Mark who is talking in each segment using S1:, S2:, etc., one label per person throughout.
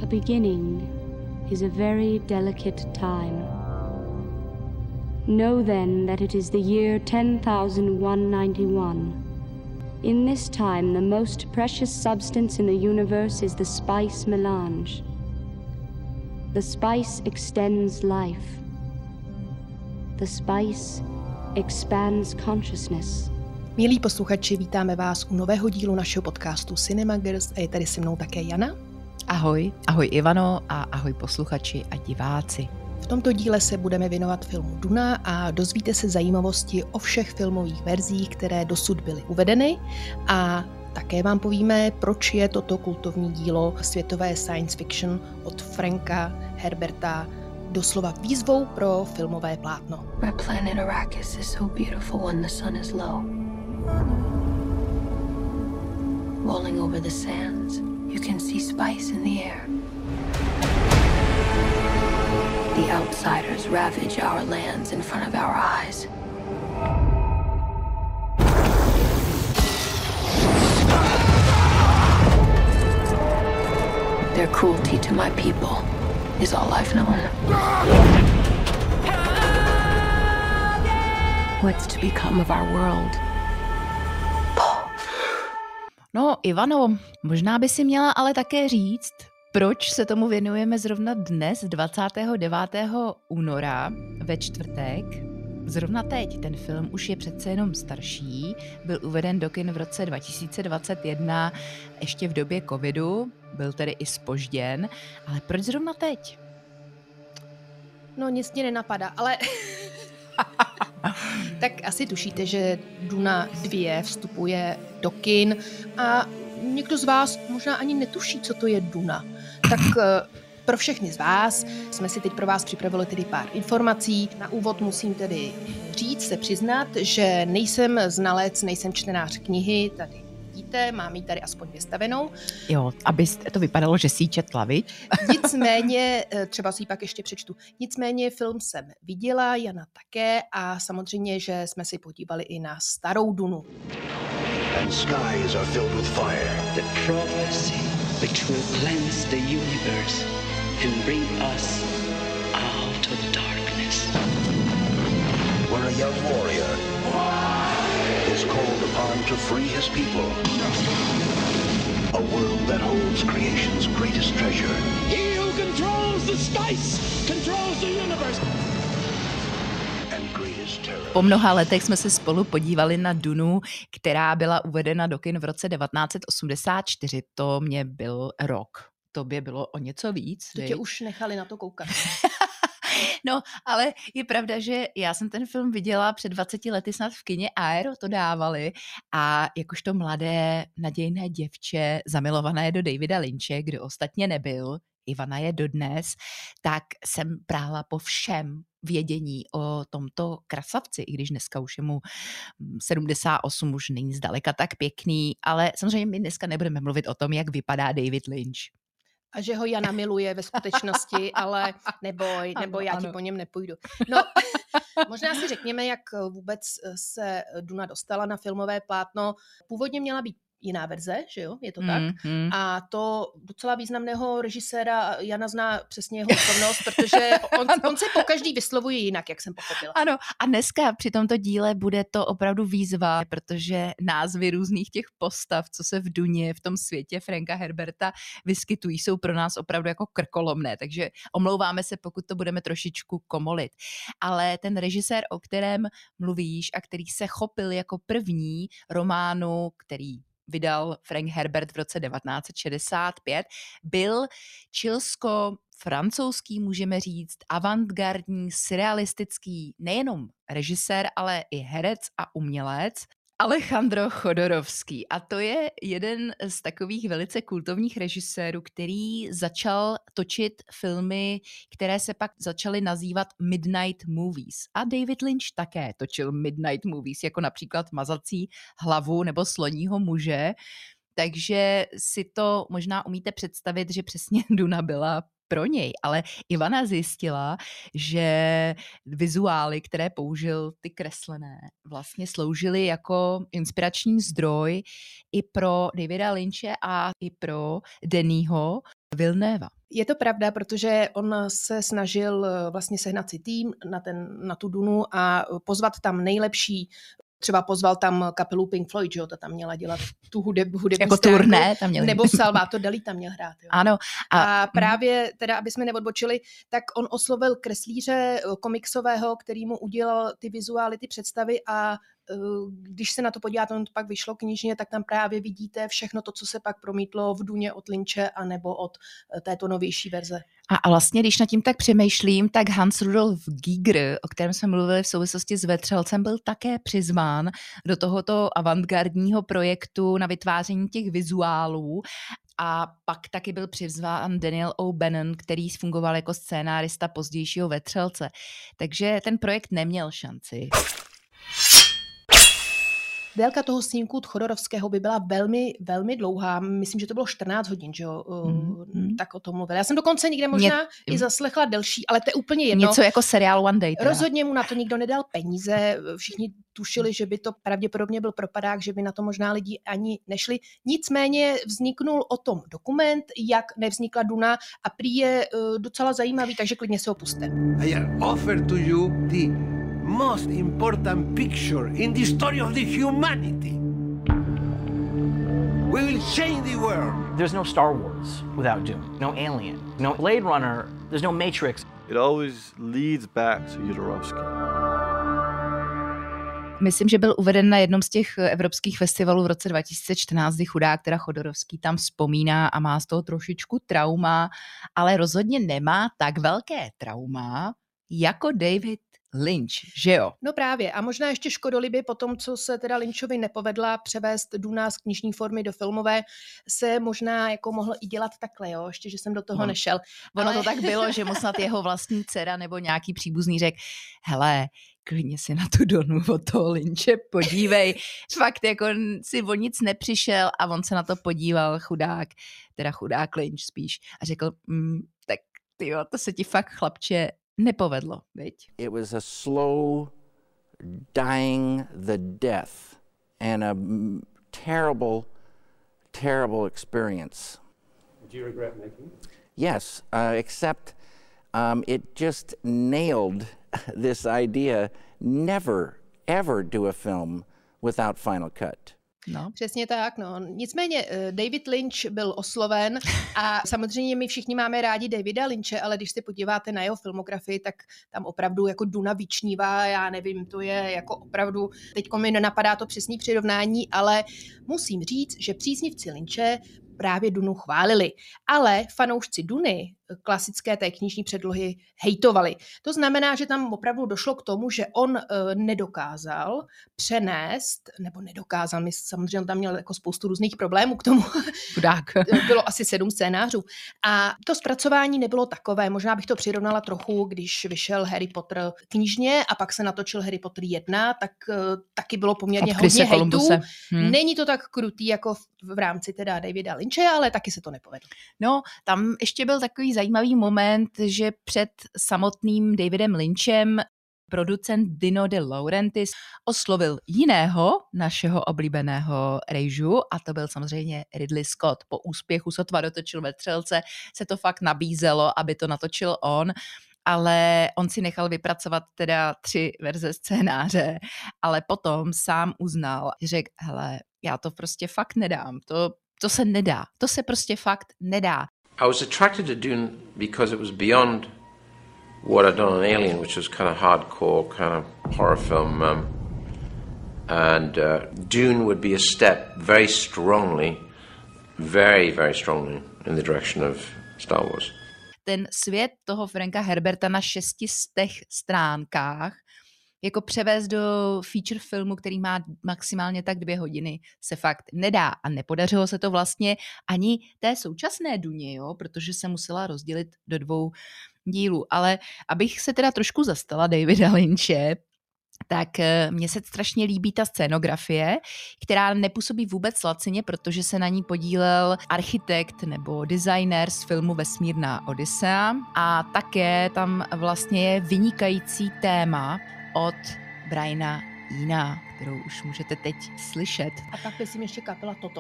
S1: beginning is a very delicate time. Know then that it is the year 10,191. In this time, the most precious substance in the universe is the spice melange. The spice extends life. The spice expands consciousness.
S2: Milí posluchači, vítáme vás u nového dílu našeho podcastu Cinemagers a je tady se mnou také Jana.
S3: Ahoj, ahoj Ivano a ahoj posluchači a diváci.
S2: V tomto díle se budeme věnovat filmu Duna a dozvíte se zajímavosti o všech filmových verzích, které dosud byly uvedeny a také vám povíme, proč je toto kultovní dílo světové science fiction od Franka Herberta doslova výzvou pro filmové plátno.
S4: My planet Arrakis is so beautiful when the sun is low. Rolling over the sands, you can see spice in the air. The outsiders ravage our lands in front of our eyes. Their cruelty to my people is all I've known. What's to become of our world?
S3: No, Ivano, možná by si měla ale také říct, proč se tomu věnujeme zrovna dnes, 29. února, ve čtvrtek. Zrovna teď, ten film už je přece jenom starší, byl uveden do kin v roce 2021, ještě v době covidu, byl tedy i zpožděn, ale proč zrovna teď?
S2: No nic mě nenapadá, ale tak asi tušíte, že Duna 2 vstupuje do kin a někdo z vás možná ani netuší, co to je Duna. Tak pro všechny z vás jsme si teď pro vás připravili tedy pár informací. Na úvod musím tedy říct, se přiznat, že nejsem znalec, nejsem čtenář knihy, tady vidíte, mám ji tady aspoň vystavenou.
S3: Jo, aby to vypadalo, že si ji četla, viď?
S2: Nicméně, třeba si ji pak ještě přečtu, nicméně film jsem viděla, Jana také a samozřejmě, že jsme si podívali i na starou Dunu.
S5: And skies are filled with fire.
S6: The prophecy which will cleanse the universe and bring us out of darkness.
S5: Where a young warrior is called upon to free his people. A world that holds creation's greatest treasure.
S7: He who controls the spice controls the universe.
S5: And greatest terror.
S3: Po mnoha letech jsme se spolu podívali na Dunu, která byla uvedena do kin v roce 1984. To mě byl rok. Tobě bylo o něco víc.
S2: To tě už nechali na to koukat.
S3: No, ale je pravda, že já jsem ten film viděla před 20 lety snad v kině Aero, to dávali a jakožto mladé nadějné děvče zamilované do Davida Lynche, kdo ostatně nebyl, Ivana je dodnes, tak jsem prála po všem vědění o tomto krasavci, i když dneska už je mu 78, už není zdaleka tak pěkný, ale samozřejmě my dneska nebudeme mluvit o tom, jak vypadá David Lynch.
S2: A že ho Jana miluje ve skutečnosti, ale neboj, já ti po něm nepůjdu. No, možná si řekněme, jak vůbec se Duna dostala na filmové plátno. Původně měla být jiná verze, že jo, je to tak? A to docela významného režiséra Jana zná přesně jeho osobnost, protože on se pokaždý vyslovuje jinak, jak jsem pochopila.
S3: Ano, a dneska při tomto díle bude to opravdu výzva, protože názvy různých těch postav, co se v Duně, v tom světě Franka Herberta vyskytují, jsou pro nás opravdu jako krkolomné, takže omlouváme se, pokud to budeme trošičku komolit. Ale ten režisér, o kterém mluvíš a který se chopil jako první románu, který vydal Frank Herbert v roce 1965, byl chilsko-francouzský, můžeme říct, avantgardní, surrealistický nejenom režisér, ale i herec a umělec Alejandro Jodorowsky. A to je jeden z takových velice kultovních režisérů, který začal točit filmy, které se pak začaly nazývat Midnight Movies. A David Lynch také točil Midnight Movies, jako například Mazací hlavu nebo Sloního muže. Takže si to možná umíte představit, že přesně Duna byla pro něj, ale Ivana zjistila, že vizuály, které použil, ty kreslené, vlastně sloužily jako inspirační zdroj i pro Davida Lynche a i pro Denisho Villeneuva.
S2: Je to pravda, protože on se snažil vlastně sehnat si tým na tu Dunu a pozvat tam nejlepší. Třeba pozval tam kapelu Pink Floyd, že jo, ta tam měla dělat tu hudební
S3: jako
S2: stránku,
S3: turné tam měli.
S2: Nebo Salvatore Dali tam měl hrát. Jo.
S3: Ano.
S2: A právě, teda, aby jsme neodbočili, tak on oslovil kreslíře komiksového, který mu udělal ty vizuály, ty představy a když se na to podíváte, on to pak vyšlo knižně, tak tam právě vidíte všechno to, co se pak promítlo v Duně od Lynche a nebo od této novější verze.
S3: A vlastně, když nad tím tak přemýšlím, tak Hans Rudolf Giger, o kterém jsme mluvili v souvislosti s Vetřelcem, byl také přizván do tohoto avantgardního projektu na vytváření těch vizuálů. A pak taky byl přizván Daniel O'Bannon, který fungoval jako scénárista pozdějšího Vetřelce. Takže ten projekt neměl šanci.
S2: Délka toho snímku Chodorovského by byla velmi, velmi dlouhá. Myslím, že to bylo 14 hodin, že jo? Tak o tom mluvil. Já jsem dokonce někde možná i zaslechla delší, ale to je úplně jedno.
S3: Něco jako seriál One Day. Teda.
S2: Rozhodně mu na to nikdo nedal peníze. Všichni tušili, že by to pravděpodobně byl propadák, že by na to možná lidi ani nešli. Nicméně vzniknul o tom dokument, jak nevznikla Duna a prý je docela zajímavý, takže klidně se ho puste.
S8: I offer to you the most important picture in the story of the humanity. We will change the world.
S9: There's no Star Wars without Dune. No Alien. No Blade Runner. There's no Matrix.
S10: It always leads back to Jodorowsky.
S3: Myslím, že byl uveden na jednom z těch evropských festivalů v roce 2014, kdy chudák teda Chodorovský tam vzpomíná a má z toho trošičku trauma, ale rozhodně nemá tak velké trauma jako David Lynch, že jo?
S2: No právě. A možná ještě škodolibě po tom, co se teda Lynchovi nepovedla převést Duna z knižní formy do filmové, se možná jako mohl i dělat takhle, jo? Ještě, že jsem do toho nešel.
S3: Ono to tak bylo, že mu snad jeho vlastní dcera nebo nějaký příbuzný řekl, hele, klidně si na tu Dunu od toho Lynche podívej. Fakt jako si o nic nepřišel a on se na to podíval, chudák Lynch spíš a řekl, tak tyjo, to se ti fakt chlapče nepovedlo, viď?
S11: It was a slow dying the death and a terrible, terrible experience.
S12: Do you regret making it?
S11: Yes, except it just nailed this idea, never, ever do a film without Final Cut.
S2: No. Přesně tak, no. Nicméně David Lynch byl osloven a samozřejmě my všichni máme rádi Davida Lynche, ale když se podíváte na jeho filmografii, tak tam opravdu jako Duna vyčnívá, já nevím, to je jako opravdu, teďko mi nenapadá to přesný přirovnání, ale musím říct, že příznivci Lynche právě Dunu chválili, ale fanoušci Duny, klasické té knižní předlohy, hejtovali. To znamená, že tam opravdu došlo k tomu, že on nedokázal přenést, nebo nedokázal, samozřejmě tam měl jako spoustu různých problémů k tomu.
S3: Chudák.
S2: Bylo asi 7 scénářů. A to zpracování nebylo takové, možná bych to přirovnala trochu, když vyšel Harry Potter knižně a pak se natočil Harry Potter 1, tak taky bylo poměrně hodně hejtů. Není to tak krutý jako v rámci teda Davida Lynche, ale taky se to nepovedlo.
S3: No, tam ještě byl takový zajímavý moment, že před samotným Davidem Lynchem producent Dino De Laurentiis oslovil jiného našeho oblíbeného rejžu a to byl samozřejmě Ridley Scott. Po úspěchu sotva dotočil Vetřelce, se to fakt nabízelo, aby to natočil on, ale on si nechal vypracovat teda 3 verze scénáře, ale potom sám uznal, řekl, hele, já to prostě fakt nedám, to se nedá, to se prostě fakt nedá.
S13: I was attracted to Dune because it was beyond what I'd done on Alien, which was kind of hardcore, kind of horror film. And Dune would be a step very strongly, very, very strongly in the direction of Star Wars.
S3: Ten svět toho Franka Herberta na 600 stránkách jako převést do feature filmu, který má maximálně tak 2 hodiny, se fakt nedá. A nepodařilo se to vlastně ani té současné Duně, jo? Protože se musela rozdělit do 2 dílů. Ale abych se teda trošku zastala Davida Lynche, tak mně se strašně líbí ta scénografie, která nepůsobí vůbec lacině, protože se na ní podílel architekt nebo designer z filmu Vesmírná Odysea a také tam vlastně je vynikající téma od Briana Eena, kterou už můžete teď slyšet.
S2: A tak myslím ještě kapela Toto.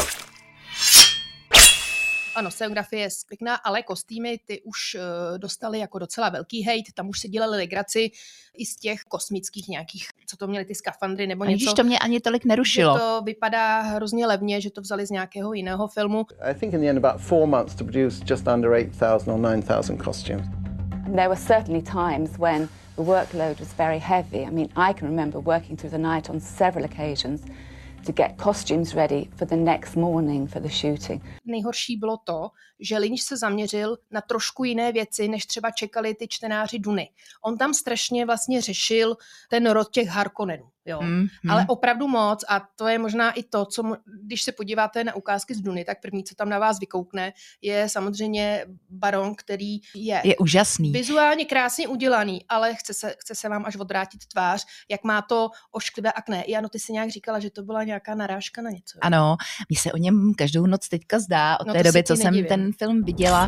S2: Ano, scenografie je pěkná, ale kostýmy ty už dostaly jako docela velký hejt, tam už se dělali legraci i z těch kosmických nějakých, co to měly ty skafandry nebo něco.
S3: Když to mě ani tolik nerušilo.
S2: Že to vypadá hrozně levně, že to vzali z nějakého jiného filmu.
S14: I think in the end about 4 months to produce just under 8,000 or 9,000 costumes.
S15: There were certainly times when the workload was very heavy. I mean, I can remember working through the night on several occasions to get costumes ready for the next morning for the shooting.
S2: Nejhorší bylo to, že Lynch se zaměřil na trošku jiné věci, než třeba čekali ty čtenáři Duny. On tam strašně vlastně řešil ten rod těch Harkonnenů, jo. Ale opravdu moc a to je možná i to, co, když se podíváte na ukázky z Duny, tak první, co tam na vás vykoukne, je samozřejmě Baron, který je
S3: úžasný.
S2: Vizuálně krásně udělaný, ale chce se vám až odvrátit tvář, jak má to ošklivé akné. Jano, ty si nějak říkala, že to byla nějaká narážka na něco.
S3: Ano, mi se o něm každou noc teďka zdá, od té doby, co jsem ten film viděla.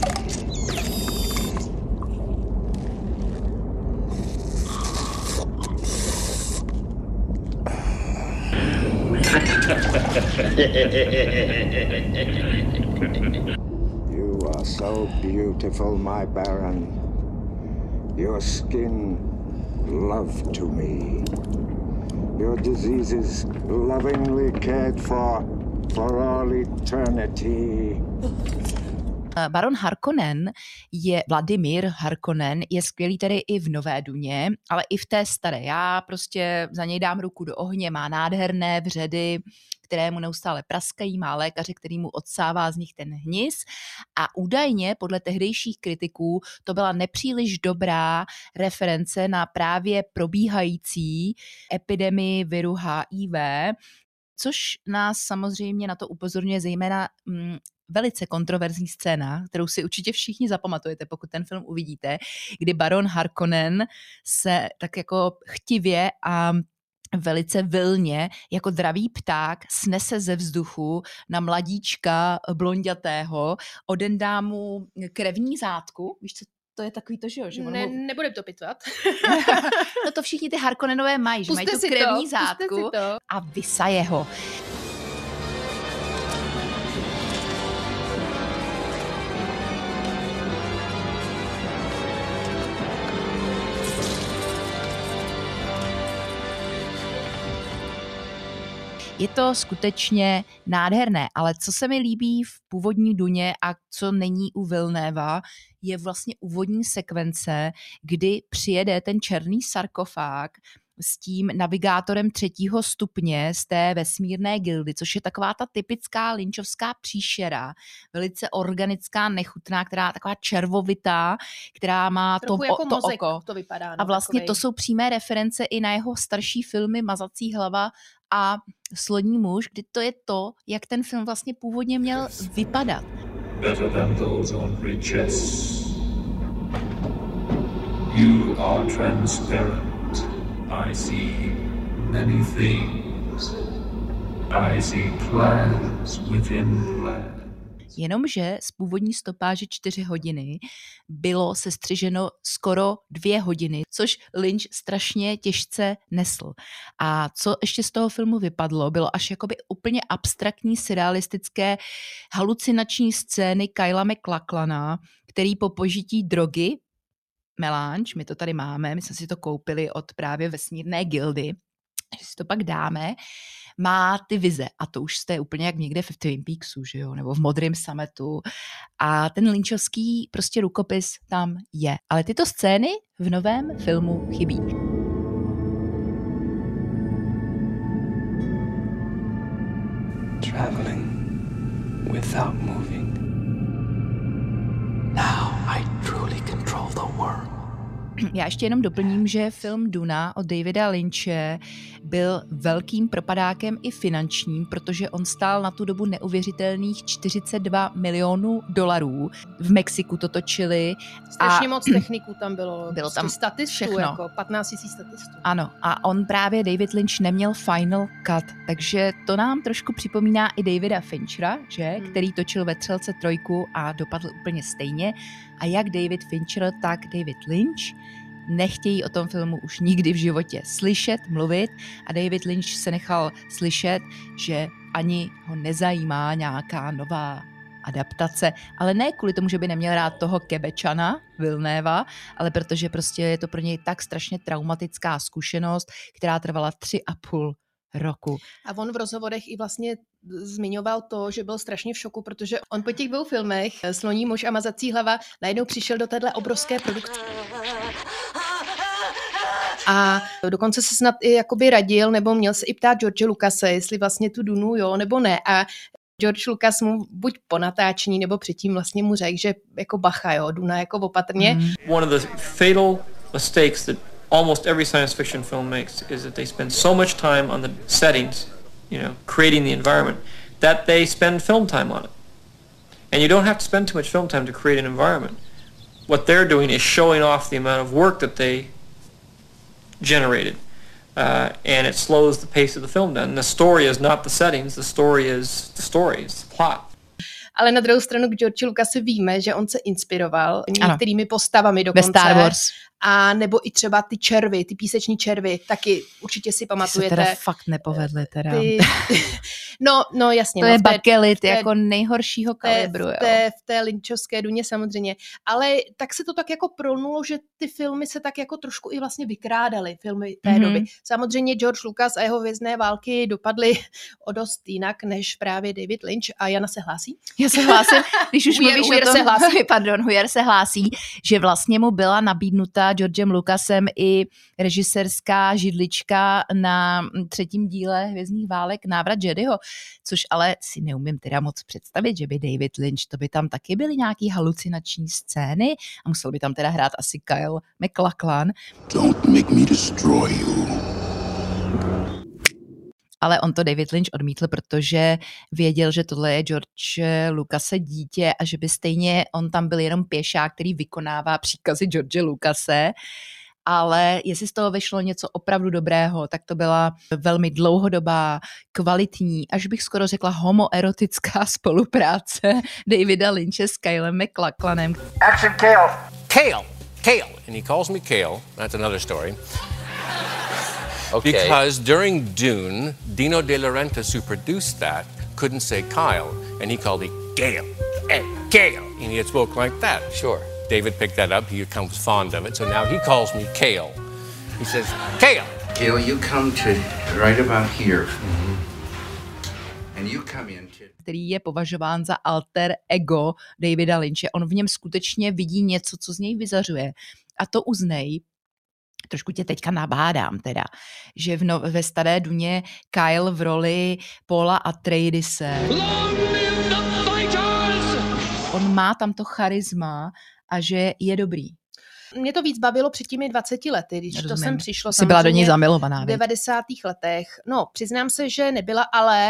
S16: You are so beautiful, my Baron. Your skin, love to me. Your diseases lovingly cared for all eternity.
S3: Baron Harkonnen je, Vladimír Harkonnen je skvělý tady i v Nové Duně, ale i v té staré. Já prostě za něj dám ruku do ohně, má nádherné vředy, které mu neustále praskají, má lékaře, který mu odsává z nich ten hnis a údajně podle tehdejších kritiků to byla nepříliš dobrá reference na právě probíhající epidemii viru HIV, což nás samozřejmě na to upozorňuje zejména velice kontroverzní scéna, kterou si určitě všichni zapamatujete, pokud ten film uvidíte, kdy baron Harkonnen se tak jako chtivě a velice vilně jako dravý pták snese ze vzduchu na mladíčka blondětého, odendá mu krevní zátku, víš co, to je takový to, že jo? Že
S2: nebudem to pitvat.
S3: No to všichni ty Harkonnenové mají, že mají tu krevní zátku a vysaje ho. Je to skutečně nádherné, ale co se mi líbí v původní Duně a co není u Villeneuva, je vlastně úvodní sekvence, kdy přijede ten černý sarkofág s tím navigátorem 3. stupně z té vesmírné gildy, což je taková ta typická lynchovská příšera, velice organická, nechutná, která taková červovitá, která má
S2: trochu jako
S3: to
S2: mozek,
S3: oko.
S2: To vypadá,
S3: a vlastně
S2: takovej.
S3: To jsou přímé reference i na jeho starší filmy Mazací hlava a Sloní muž, kdy to je to, jak ten film vlastně původně měl vypadat.
S17: Better than those on riches. You are transparent. I see many things. I see plans within plans.
S3: Jenomže z původní stopáže 4 hodiny bylo sestřiženo skoro 2 hodiny, což Lynch strašně těžce nesl. A co ještě z toho filmu vypadlo, bylo až jakoby úplně abstraktní, surrealistické, halucinační scény Kyla MacLachlana, který po požití drogy, melange, my to tady máme, my jsme si to koupili od právě vesmírné gildy, že si to pak dáme, má ty vize a to už jste úplně jak někde v Twin Peaksu, že jo, nebo v Modrém sametu a ten lynchovský prostě rukopis tam je. Ale tyto scény v novém filmu chybí.
S18: Traveling without moving. Now I truly control the world.
S3: Já ještě jenom doplním, že film Duna od Davida Lynche byl velkým propadákem i finančním, protože on stál na tu dobu neuvěřitelných $42 milionů. V Mexiku to točili.
S2: Strašně moc techniků tam bylo.
S3: Bylo tam
S2: statistů,
S3: všechno.
S2: jako 15 000 statistů.
S3: Ano, a on právě David Lynch neměl final cut, takže to nám trošku připomíná i Davida Finchera, že? Který točil Ve Třelce 3 a dopadl úplně stejně. A jak David Fincher, tak David Lynch nechtějí o tom filmu už nikdy v životě slyšet, mluvit a David Lynch se nechal slyšet, že ani ho nezajímá nějaká nová adaptace, ale ne kvůli tomu, že by neměl rád toho Quebečana, Villeneva, ale protože prostě je to pro něj tak strašně traumatická zkušenost, která trvala 3,5 roku.
S2: A on v rozhovorech i vlastně zmiňoval to, že byl strašně v šoku, protože on po těch 2 filmech Sloní muž a mazací hlava najednou přišel do téhle obrovské produkce. A dokonce se snad i jakoby radil, nebo měl se i ptát George Lucase, jestli vlastně tu Dunu jo nebo ne. A George Lucas mu buď po natáčení, nebo předtím vlastně mu řekl, že jako bacha, jo, Duna jako opatrně.
S19: One of the fatal mistakes that almost every science fiction film makes is that they spend so much time on the settings, you know, creating the environment, that they spend film time on it. And you don't have to spend too much film time to create an environment. What they're doing is showing off the amount of work that they generated. And it slows the pace of the film down. And the story is not the settings, the story is the story, it's the plot.
S2: Ale na druhou stranu k George Lucasi víme, že on se inspiroval některými postavami dokonce.
S3: Ve Star Wars.
S2: A nebo i třeba ty červy, ty píseční červy, taky určitě si pamatujete.
S3: Se teda fakt nepovedly teda.
S2: No jasně.
S3: To je bakelit jako nejhoršího kalibru.
S2: V té Lynchovské Duně samozřejmě. Ale tak se to tak jako prolnulo, že ty filmy se tak jako trošku i vlastně vykrádaly, filmy té doby. Samozřejmě George Lucas a jeho Hvězdné války dopadly o dost jinak, než právě David Lynch. A Jana se hlásí?
S3: Já se hlásím, když už mluvíš o tom, Huyer se hlásí, že vlastně mu byla nabídnuta Georgem Lucasem i režisérská židlička na 3. díle Hvězdných válek Návrat Jediho, což ale si neumím teda moc představit, že by David Lynch, to by tam taky byly nějaký halucinační scény a musel by tam teda hrát asi Kyle MacLachlan.
S20: Don't make me destroy you.
S3: Ale on to David Lynch odmítl, protože věděl, že tohle je George Lucase dítě a že by stejně on tam byl jenom pěšák, který vykonává příkazy George Lucase. Ale jestli z toho vyšlo něco opravdu dobrého, tak to byla velmi dlouhodobá, kvalitní, až bych skoro řekla homoerotická spolupráce Davida Lynche s Kylem MacLachlanem.
S21: Action, Kale! Kale! And he calls me Kale. That's another story. Okay. Because during Dune, Dino De Laurentiis, who produced that, couldn't say Kyle, and he called it Gale. Hey, Gale! And he had spoke like that.
S22: Sure.
S21: David picked that up. He was fond of it, so now he calls me Kale. He says, Kale!
S11: Kale, you come to right about here. Mm-hmm. And you come in to...
S3: Který je považován za alter ego Davida Lynche. On v něm skutečně vidí něco, co z něj vyzařuje. A to uznej, trošku tě teďka nabádám teda, že ve Staré Duně Kyle v roli Paula Atreidise. On má tam to charisma a že je dobrý.
S2: Mě to víc bavilo před těmi 20 lety, když to sem přišlo.
S3: Jsi byla do něj zamilovaná.
S2: V 90. letech. No, přiznám se, že nebyla,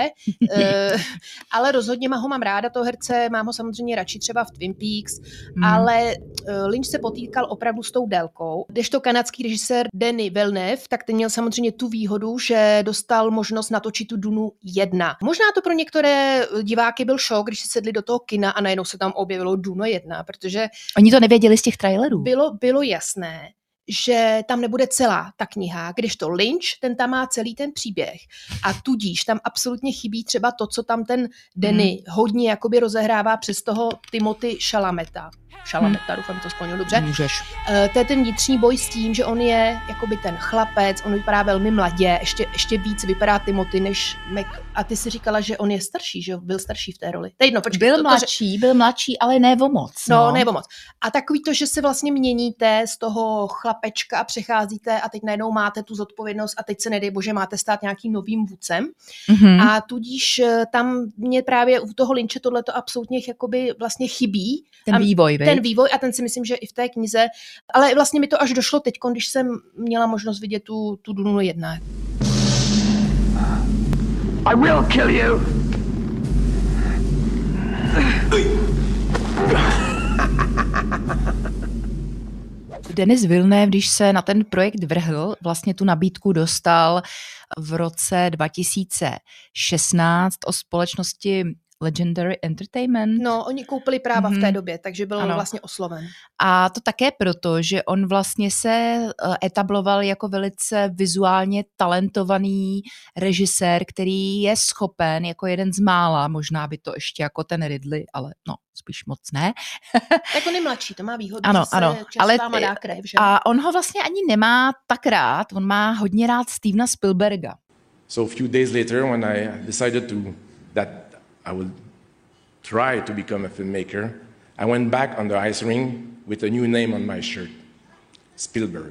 S2: ale rozhodně ho mám ráda, toho herce, mám ho samozřejmě radši třeba v Twin Peaks, ale Lynch se potýkal opravdu s tou délkou. Kdežto kanadský režisér Denis Villeneuve, tak ten měl samozřejmě tu výhodu, že dostal možnost natočit tu Dunu 1. Možná to pro některé diváky byl šok, když si sedli do toho kina a najednou se tam objevilo Duna 1, protože...
S3: Oni to nevěděli z těch trailerů.
S2: Bylo jasné, že tam nebude celá ta kniha, kdežto Lynch, ten tam má celý ten příběh a tudíž tam absolutně chybí třeba to, co tam ten Denis hodně jakoby rozehrává přes toho Timothy Chalameta, doufám, to splnil dobře.
S3: Můžeš.
S2: To je ten vnitřní boj s tím, že on je jakoby ten chlapec, on vypadá velmi mladě, ještě víc vypadá Timothy než Mac. A ty si říkala, že on je starší, že byl starší v té roli. Byl
S3: mladší, ale ne o moc.
S2: No, ne o moc. A takový to, že se vlastně měníte z toho papečka a přecházíte a teď najednou máte tu zodpovědnost a teď se nedej bože máte stát nějakým novým vůdcem. A tudíž tam mě právě u toho Lynche tohleto absolutně jakoby vlastně chybí.
S3: Ten vývoj,
S2: ten vývoj a ten si myslím, že i v té knize, ale vlastně mi to až došlo teď, když jsem měla možnost vidět tu Dunu 1.
S7: I will kill you.
S3: Denis Villeneuve, když se na ten projekt vrhl, vlastně tu nabídku dostal v roce 2016 od společnosti Legendary Entertainment.
S2: No, oni koupili práva v té době, takže byl vlastně osloven.
S3: A to také proto, že on vlastně se etabloval jako velice vizuálně talentovaný režisér, který je schopen jako jeden z mála, možná by to ještě jako ten Ridley, ale no, spíš moc ne.
S2: Tak on je mladší, to má výhodu,
S3: ano,
S2: že se čerstvá dá krev, že?
S3: A on ho vlastně ani nemá tak rád, on má hodně rád Stevena Spielberga.
S1: So a few days later when I decided that I would try to become a filmmaker, I went back on the ice ring with a new name on my shirt, Spielberg.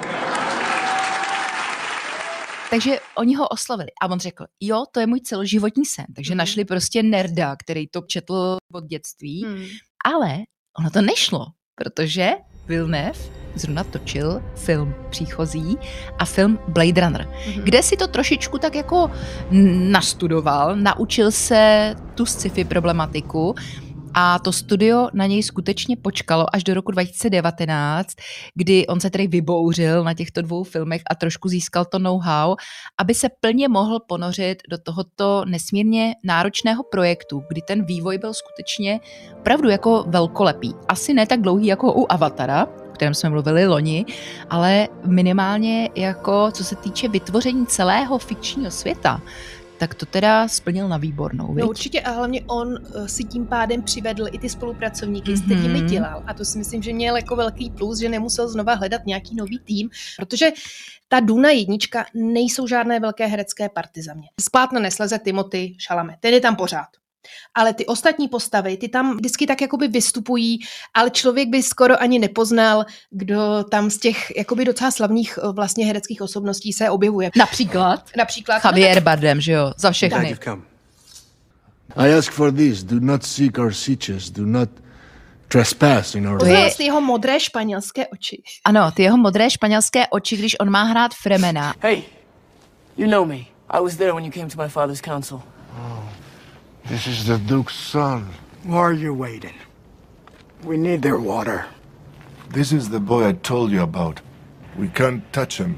S3: Takže oni ho oslovili a on řekl, jo, to je můj celoživotní sen. Takže našli prostě nerda, který to četl od dětství, ale ono to nešlo, protože Villeneuve zrovna točil film Příchozí a film Blade Runner, kde si to trošičku tak jako nastudoval, naučil se tu sci-fi problematiku a to studio na něj skutečně počkalo až do roku 2019, kdy on se tedy vybouřil na těchto 2 filmech a trošku získal to know-how, aby se plně mohl ponořit do tohoto nesmírně náročného projektu, kdy ten vývoj byl skutečně opravdu jako velkolepý. Asi ne tak dlouhý jako u Avatara, o kterém jsme mluvili loni, ale minimálně jako co se týče vytvoření celého fikčního světa, tak to teda splnil na výbornou, viď?
S2: No určitě a hlavně on si tím pádem přivedl i ty spolupracovníky, s kterými dělal. A to si myslím, že měl jako velký plus, že nemusel znova hledat nějaký nový tým, protože ta Duna 1 nejsou žádné velké herecké party za mě. Z plátna nesleze Timothée Chalamet, ten je tam pořád. Ale ty ostatní postavy, ty tam vždycky tak jakoby vystupují, ale člověk by skoro ani nepoznal, kdo tam z těch jakoby docela slavných vlastně hereckých osobností se objevuje.
S3: Například Javier Bardem, že jo, za všechny.
S8: I ask for this, do not seek our sieges, do not trespass in our...
S2: To je ty jeho modré španělské oči.
S3: Ano, ty jeho modré španělské oči, když on má hrát Fremena.
S18: Hey, you know me. I was there when you came to my father's council.
S8: This is the Duke's son.
S22: Why are you waiting? We need their water.
S20: This is the boy I told you about. We can't touch him.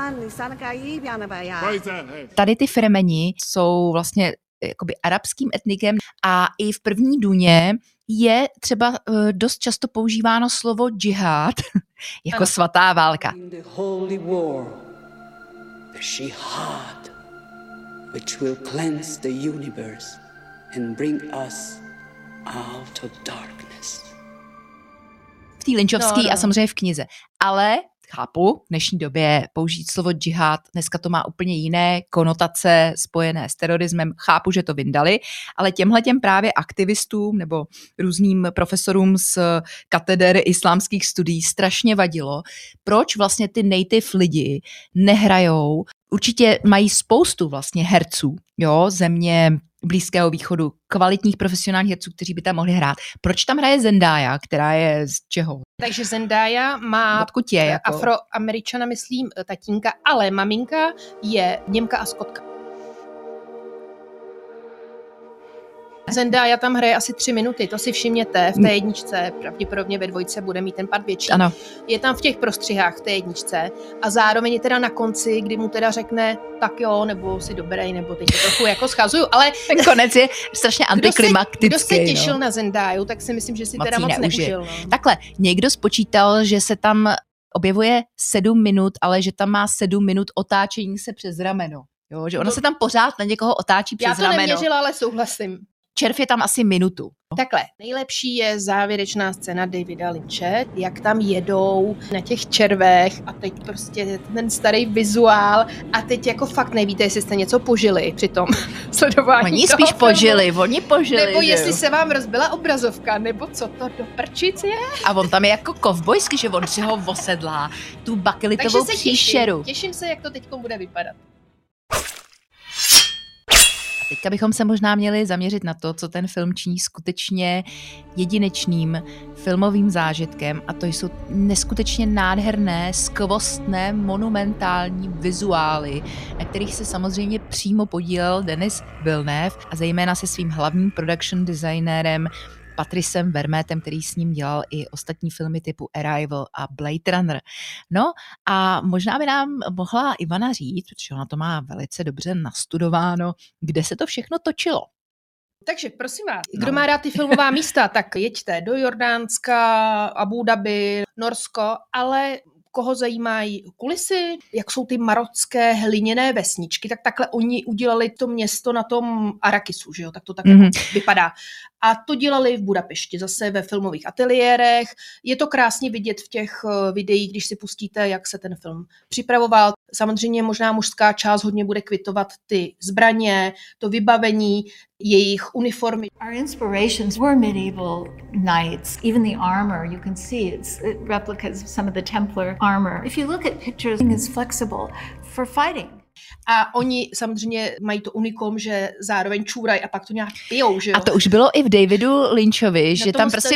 S3: Tady ty Fremeni jsou vlastně jakoby arabským etnikem a i v první Duně je třeba dost často používáno slovo džihad jako svatá válka.
S6: The holy war, the jihad, which will cleanse the universe and bring us out of darkness.
S3: V té Lynchovské a samozřejmě v knize. Ale chápu, v dnešní době použít slovo džihad, dneska to má úplně jiné konotace spojené s terorismem, chápu, že to vyndali, ale těmhletěm právě aktivistům nebo různým profesorům z kateder islámských studií strašně vadilo, proč vlastně ty native lidi nehrajou. Určitě mají spoustu vlastně herců, jo, země Blízkého východu, kvalitních profesionálních herců, kteří by tam mohli hrát. Proč tam hraje Zendaya, která je z čeho?
S2: Takže Zendaya má
S3: jako?
S2: Afroameričana, myslím, tatínka, ale maminka je Němka a Skotka. Zendaya tam hraje asi 3 minuty, to si všimněte v té jedničce, pravděpodobně ve 2 bude mít ten pad větší.
S3: Ano.
S2: Je tam v těch prostřihách v té jedničce a zároveň je teda na konci, kdy mu teda řekne tak jo, nebo si dobrý, nebo teď to trochu jako schazuju, ale...
S3: Ten konec je strašně antiklimaktický.
S2: Kdo se těšil na Zendayu, tak si myslím, že si teda moc neužil. No.
S3: Takhle, někdo spočítal, že se tam objevuje 7 minut, ale že tam má 7 minut otáčení se přes rameno. Jo, že ona se tam pořád na někoho otáčí přes rameno.
S2: Já to neměřila, ale souhlasím.
S3: červ je tam asi minutu.
S2: Takhle, nejlepší je závěrečná scéna Davida Lynche, jak tam jedou na těch červech a teď prostě ten starý vizuál a teď jako fakt nevíte, jestli jste něco požili při tom sledování.
S3: Oni spíš požili, oni požili.
S2: Nebo jestli se vám rozbila obrazovka, nebo co to do prčic je.
S3: A on tam je jako kovbojsky, že on si ho vosedlá, tu bakelitovou příšeru.
S2: Těším se, jak to teď bude vypadat.
S3: Teďka bychom se možná měli zaměřit na to, co ten film činí skutečně jedinečným filmovým zážitkem, a to jsou neskutečně nádherné, skvostné, monumentální vizuály, na kterých se samozřejmě přímo podílel Denis Villeneuve a zejména se svým hlavním production designérem Patricem Vermetem, který s ním dělal i ostatní filmy typu Arrival a Blade Runner. No a možná by nám mohla Ivana říct, protože ona to má velice dobře nastudováno, kde se to všechno točilo.
S2: Takže prosím vás, kdo má rád ty filmová místa, tak jeďte do Jordánska, Abu Dhabi, Norsko, ale koho zajímají kulisy, jak jsou ty marocké hliněné vesničky, tak takhle oni udělali to město na tom Arakisu, že jo, tak to tak vypadá. A to dělali v Budapešti, zase ve filmových ateliérech. Je to krásně vidět v těch videích, když si pustíte, jak se ten film připravoval. Samozřejmě možná mužská část hodně bude kvitovat ty zbraně, to vybavení, jejich uniformy.
S4: Our inspirations were medieval knights. Even the armor, you can see it's replicas of some of the Templar armor. If you look at pictures, it's flexible for fighting.
S2: A oni samozřejmě mají to unikum, že zároveň čůrají a pak to nějak pijou, že jo?
S3: A to už bylo i v Davidu Lynchovi, že tam prostě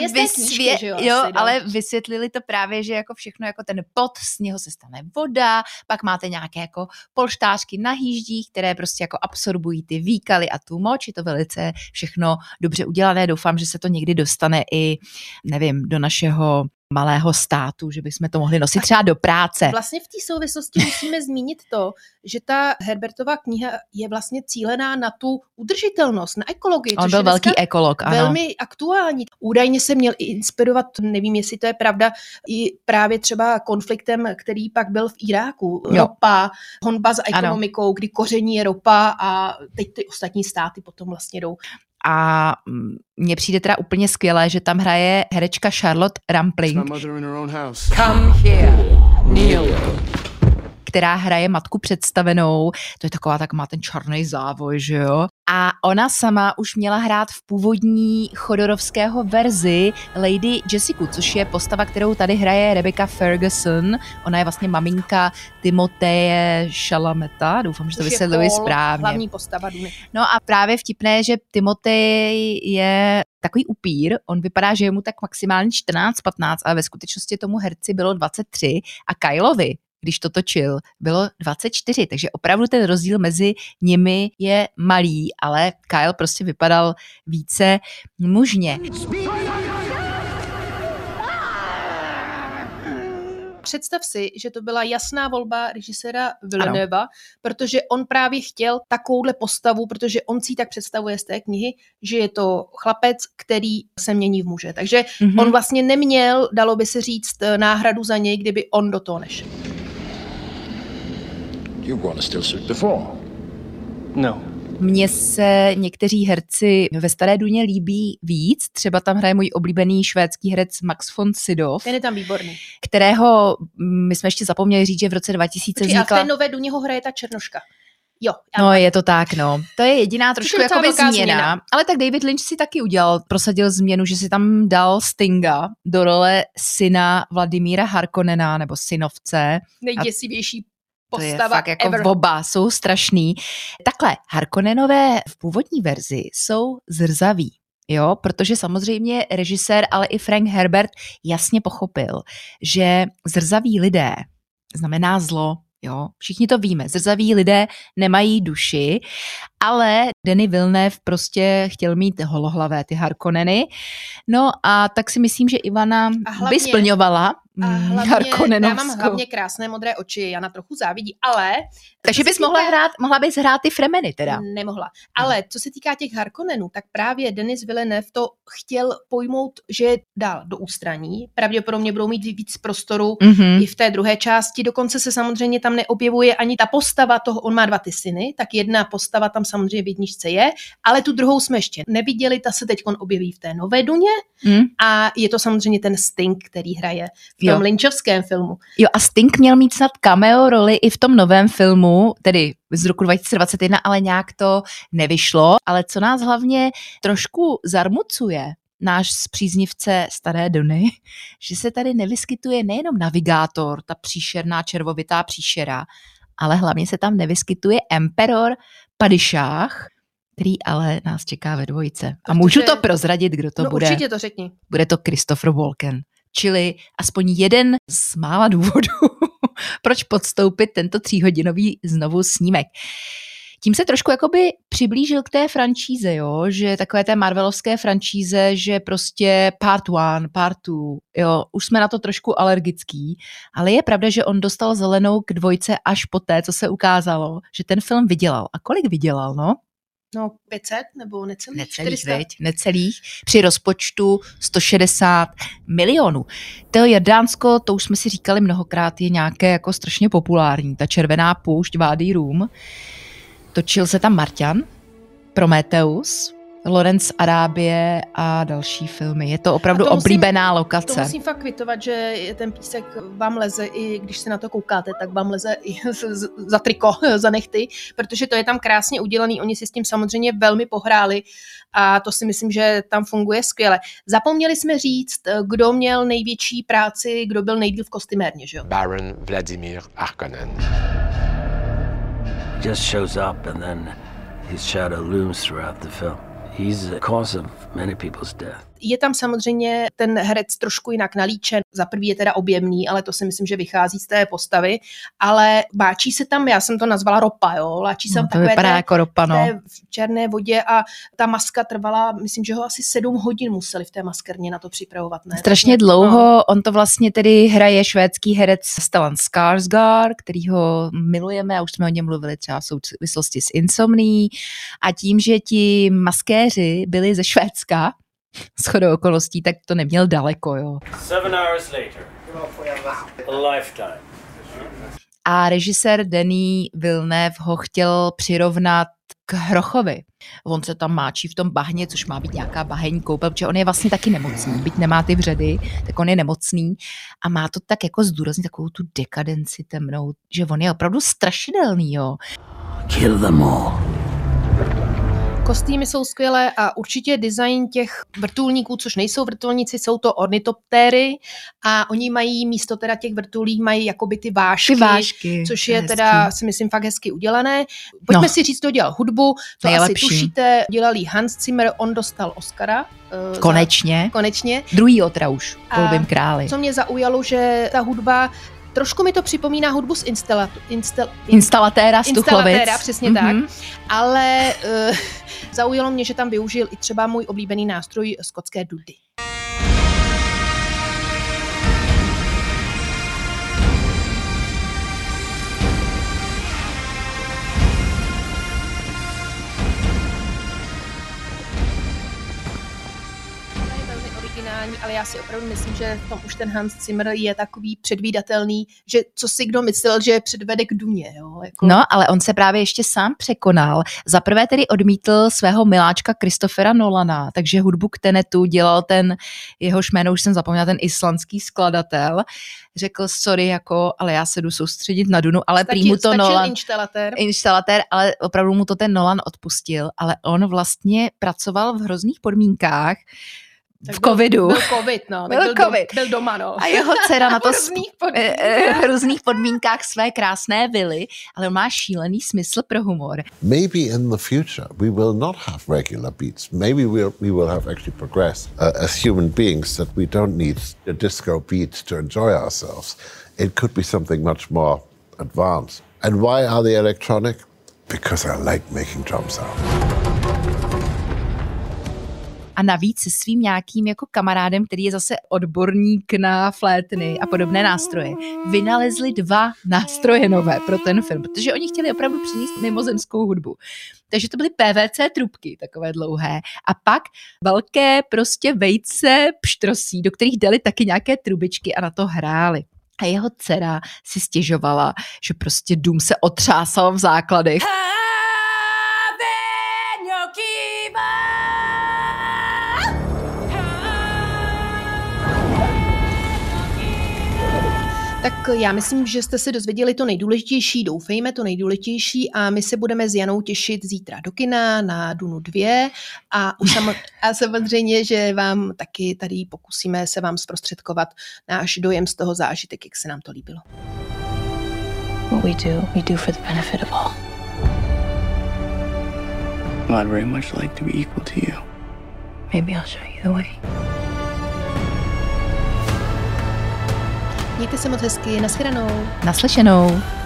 S3: ale vysvětlili to právě, že jako všechno, jako ten pot, z něho se stane voda, pak máte nějaké jako polštářky na hýždích, které prostě jako absorbují ty výkaly a tu moč, je to velice všechno dobře udělané, doufám, že se to někdy dostane i, nevím, do našeho malého státu, že bychom to mohli nosit třeba do práce.
S2: Vlastně v té souvislosti musíme zmínit to, že ta Herbertova kniha je vlastně cílená na tu udržitelnost, na ekologii.
S3: On byl velký ekolog, ano.
S2: Velmi aktuální. Údajně se měl i inspirovat, nevím, jestli to je pravda, i právě třeba konfliktem, který pak byl v Iráku. Jo. Ropa, honba za ekonomikou, ano. Kdy koření je ropa a teď ty ostatní státy potom vlastně jdou.
S3: A mně přijde teda úplně skvělé, že tam hraje herečka Charlotte Rampling. Come here, Neil. Která hraje matku představenou, to je taková, tak má ten černý závoj, že jo? A ona sama už měla hrát v původní chodorovského verzi Lady Jessica, což je postava, kterou tady hraje Rebecca Ferguson. Ona je vlastně maminka Timothée Chalameta, doufám, že to vysvětluji správně.
S2: Hlavní postava Duny.
S3: No a právě vtipné, že Timothée je takový upír, on vypadá, že je mu tak maximálně 14-15, ale ve skutečnosti tomu herci bylo 23 a Kylovi, když to točil, bylo 24, takže opravdu ten rozdíl mezi nimi je malý, ale Kyle prostě vypadal více mužně.
S2: Představ si, že to byla jasná volba režiséra Villeneuva, protože on právě chtěl takovouhle postavu, protože on si tak představuje z té knihy, že je to chlapec, který se mění v muže. Takže on vlastně neměl, dalo by se říct, náhradu za něj, kdyby on do toho nešel.
S5: You want a still suit before?
S10: No.
S3: Mně se někteří herci ve Staré Duně líbí víc, třeba tam hraje můj oblíbený švédský herec Max von Sydow.
S2: Ten je tam výborný.
S3: Kterého, my jsme ještě zapomněli říct, že v roce 2000 vznikla...
S2: A v té Nové Duně ho hraje ta Černoška. Jo.
S3: No je to tak, no. To je jediná trošku jakoby změna, ale tak David Lynch si taky prosadil změnu, že si tam dal Stinga do role syna Vladimíra Harkonnena, nebo synovce.
S2: Nejděsivější postava
S3: to je fakt jako oba jsou strašný. Takhle, Harkonnenové v původní verzi jsou zrzaví. Jo, protože samozřejmě režisér, ale i Frank Herbert jasně pochopil, že zrzaví lidé znamená zlo. Jo, všichni to víme, zrzaví lidé nemají duši, ale Denis Villeneuve prostě chtěl mít holohlavé ty Harkonneny. No a tak si myslím, že Ivana by splňovala
S2: já mám hlavně krásné modré oči, Jana trochu závidí, ale...
S3: Takže bys mohla bys hrát ty Fremeny teda.
S2: Nemohla. Ale co se týká těch Harkonnenů, tak právě Denis Villeneuve to chtěl pojmout, že je dál do ústraní. Pravděpodobně budou mít víc prostoru i v té druhé části. Dokonce se samozřejmě tam neobjevuje ani ta postava toho, on má 2 ty syny, tak jedna postava tam samozřejmě v jedničce je, ale tu druhou jsme ještě neviděli, ta se teďkon objeví v té nové Duně a je to samozřejmě ten Sting, který hraje v tom lynchovském filmu.
S3: Jo, a Sting měl mít snad cameo roli i v tom novém filmu, tedy z roku 2021, ale nějak to nevyšlo. Ale co nás hlavně trošku zarmucuje, náš spříznivce Staré Duny, že se tady nevyskytuje nejenom navigátor, ta příšerná červovitá příšera, ale hlavně se tam nevyskytuje Emperor Padishah, který ale nás čeká ve 2. A můžu to prozradit, kdo to bude?
S2: Určitě to řekni.
S3: Bude to Christopher Walken. Čili aspoň jeden z mála důvodů, proč podstoupit tento 3hodinový znovu snímek. Tím se trošku jakoby přiblížil k té franšíze, jo? Že takové té marvelovské franšíze, že prostě part 1, part 2, jo, už jsme na to trošku alergický, ale je pravda, že on dostal zelenou k 2 až poté, co se ukázalo, že ten film vydělal. A kolik vydělal, no?
S2: No 500 nebo necelých 400?
S3: Necelých, při rozpočtu 160 milionů. To Jordánsko, to už jsme si říkali mnohokrát, je nějaké jako strašně populární. Ta Červená poušť, Wadi Rum. Točil se tam Marťan, Prometheus, Lawrence Arábie a další filmy. Je to opravdu oblíbená lokace.
S2: To musím fakt kvitovat, že ten písek vám leze, i když se na to koukáte, tak vám leze i za triko, za nechty, protože to je tam krásně udělaný. Oni si s tím samozřejmě velmi pohráli a to si myslím, že tam funguje skvěle. Zapomněli jsme říct, kdo měl největší práci, kdo byl nejdýl v kostymérně, že jo?
S5: Baron Vladimir Harkonnen.
S9: Just shows up and then his shadow looms throughout the film. He's the cause of many people's death.
S2: Je tam samozřejmě ten herec trošku jinak nalíčen. Za prvý je teda objemný, ale to si myslím, že vychází z té postavy. Ale báčí se tam, já jsem to nazvala ropa, jo. Láčí se tam takové
S3: jako ropa, no.
S2: té v černé vodě a ta maska trvala, myslím, že ho asi 7 hodin museli v té maskerně na to připravovat. Ne?
S3: Strašně dlouho. No. On to vlastně tedy hraje švédský herec Stellan Skarsgård, kterýho milujeme a už jsme o něm mluvili třeba v souvislosti s Insomnií. A tím, že ti maskéři byli ze Švédska, shodou okolností, tak to neměl daleko, jo.
S12: 7 hours later. A lifetime.
S3: A režisér Denis Villeneuve ho chtěl přirovnat k Hrochovi. On se tam máčí v tom bahně, což má být nějaká baheň koupel, protože on je vlastně taky nemocný. Byť nemá ty vředy, tak on je nemocný a má to tak jako zdůraznit takovou tu dekadenci temnou, že on je opravdu strašidelný, jo.
S9: Kill them all.
S2: Kostýmy jsou skvělé a určitě design těch vrtulníků, což nejsou vrtulníci, jsou to ornitoptéry a oni mají místo teda těch vrtulí mají jakoby ty vážky, což je teda, si myslím, fakt hezky udělané. Pojďme si říct, kdo dělal hudbu, to nejlepší. Asi tušíte, dělal jí Hans Zimmer, on dostal Oscara.
S3: Konečně. Druhý Otra už, Kolbým králi.
S2: Co mě zaujalo, že ta hudba trošku mi to připomíná hudbu z
S3: instalatéra z Tuchlovic.
S2: Přesně tak. Ale zaujalo mě, že tam využil i třeba můj oblíbený nástroj skotské dudy. Ale já si opravdu myslím, že v tom už ten Hans Zimmer je takový předvídatelný, že co si kdo myslel, že předvede k Duně. Jo? Jako...
S3: No, ale on se právě ještě sám překonal. Zaprvé tedy odmítl svého miláčka Christophera Nolana, takže hudbu k Tenetu dělal ten, jehož jméno už jsem zapomněla, ten islandský skladatel. Řekl, sorry, jako, ale já se jdu soustředit na Dunu, ale prý mu to Nolan... Instalatér, ale opravdu mu to ten Nolan odpustil, ale on vlastně pracoval v hrozných podmínkách, v covidu.
S2: Byl covid, no. Byl doma, no.
S3: A jeho dcera na to v různých podmínkách své krásné vily, ale on má šílený smysl pro humor.
S23: Maybe in the future we will not have regular beats. Maybe we will have actually progressed as human beings that we don't need a disco beat to enjoy ourselves. It could be something much more advanced. And why are they electronic? Because I like making drum sound.
S3: a navíc se svým nějakým jako kamarádem, který je zase odborník na flétny a podobné nástroje, vynalezli 2 nástroje nové pro ten film, protože oni chtěli opravdu přinést mimozemskou hudbu. Takže to byly PVC trubky, takové dlouhé. A pak velké prostě vejce pštrosí, do kterých dali taky nějaké trubičky a na to hráli. A jeho dcera si stěžovala, že prostě dům se otřásal v základech.
S2: Tak já myslím, že jste se dozvěděli to nejdůležitější, doufejme to nejdůležitější a my se budeme s Janou těšit zítra do kina na Dunu 2 a samozřejmě, že vám taky tady pokusíme se vám zprostředkovat náš dojem z toho zážitek, jak se nám to líbilo.
S18: What we do for the benefit of all. Well, I'd very much like to be equal to you. Maybe I'll show you the way.
S2: Mějte se moc hezky, nashledanou.
S3: Naslyšenou.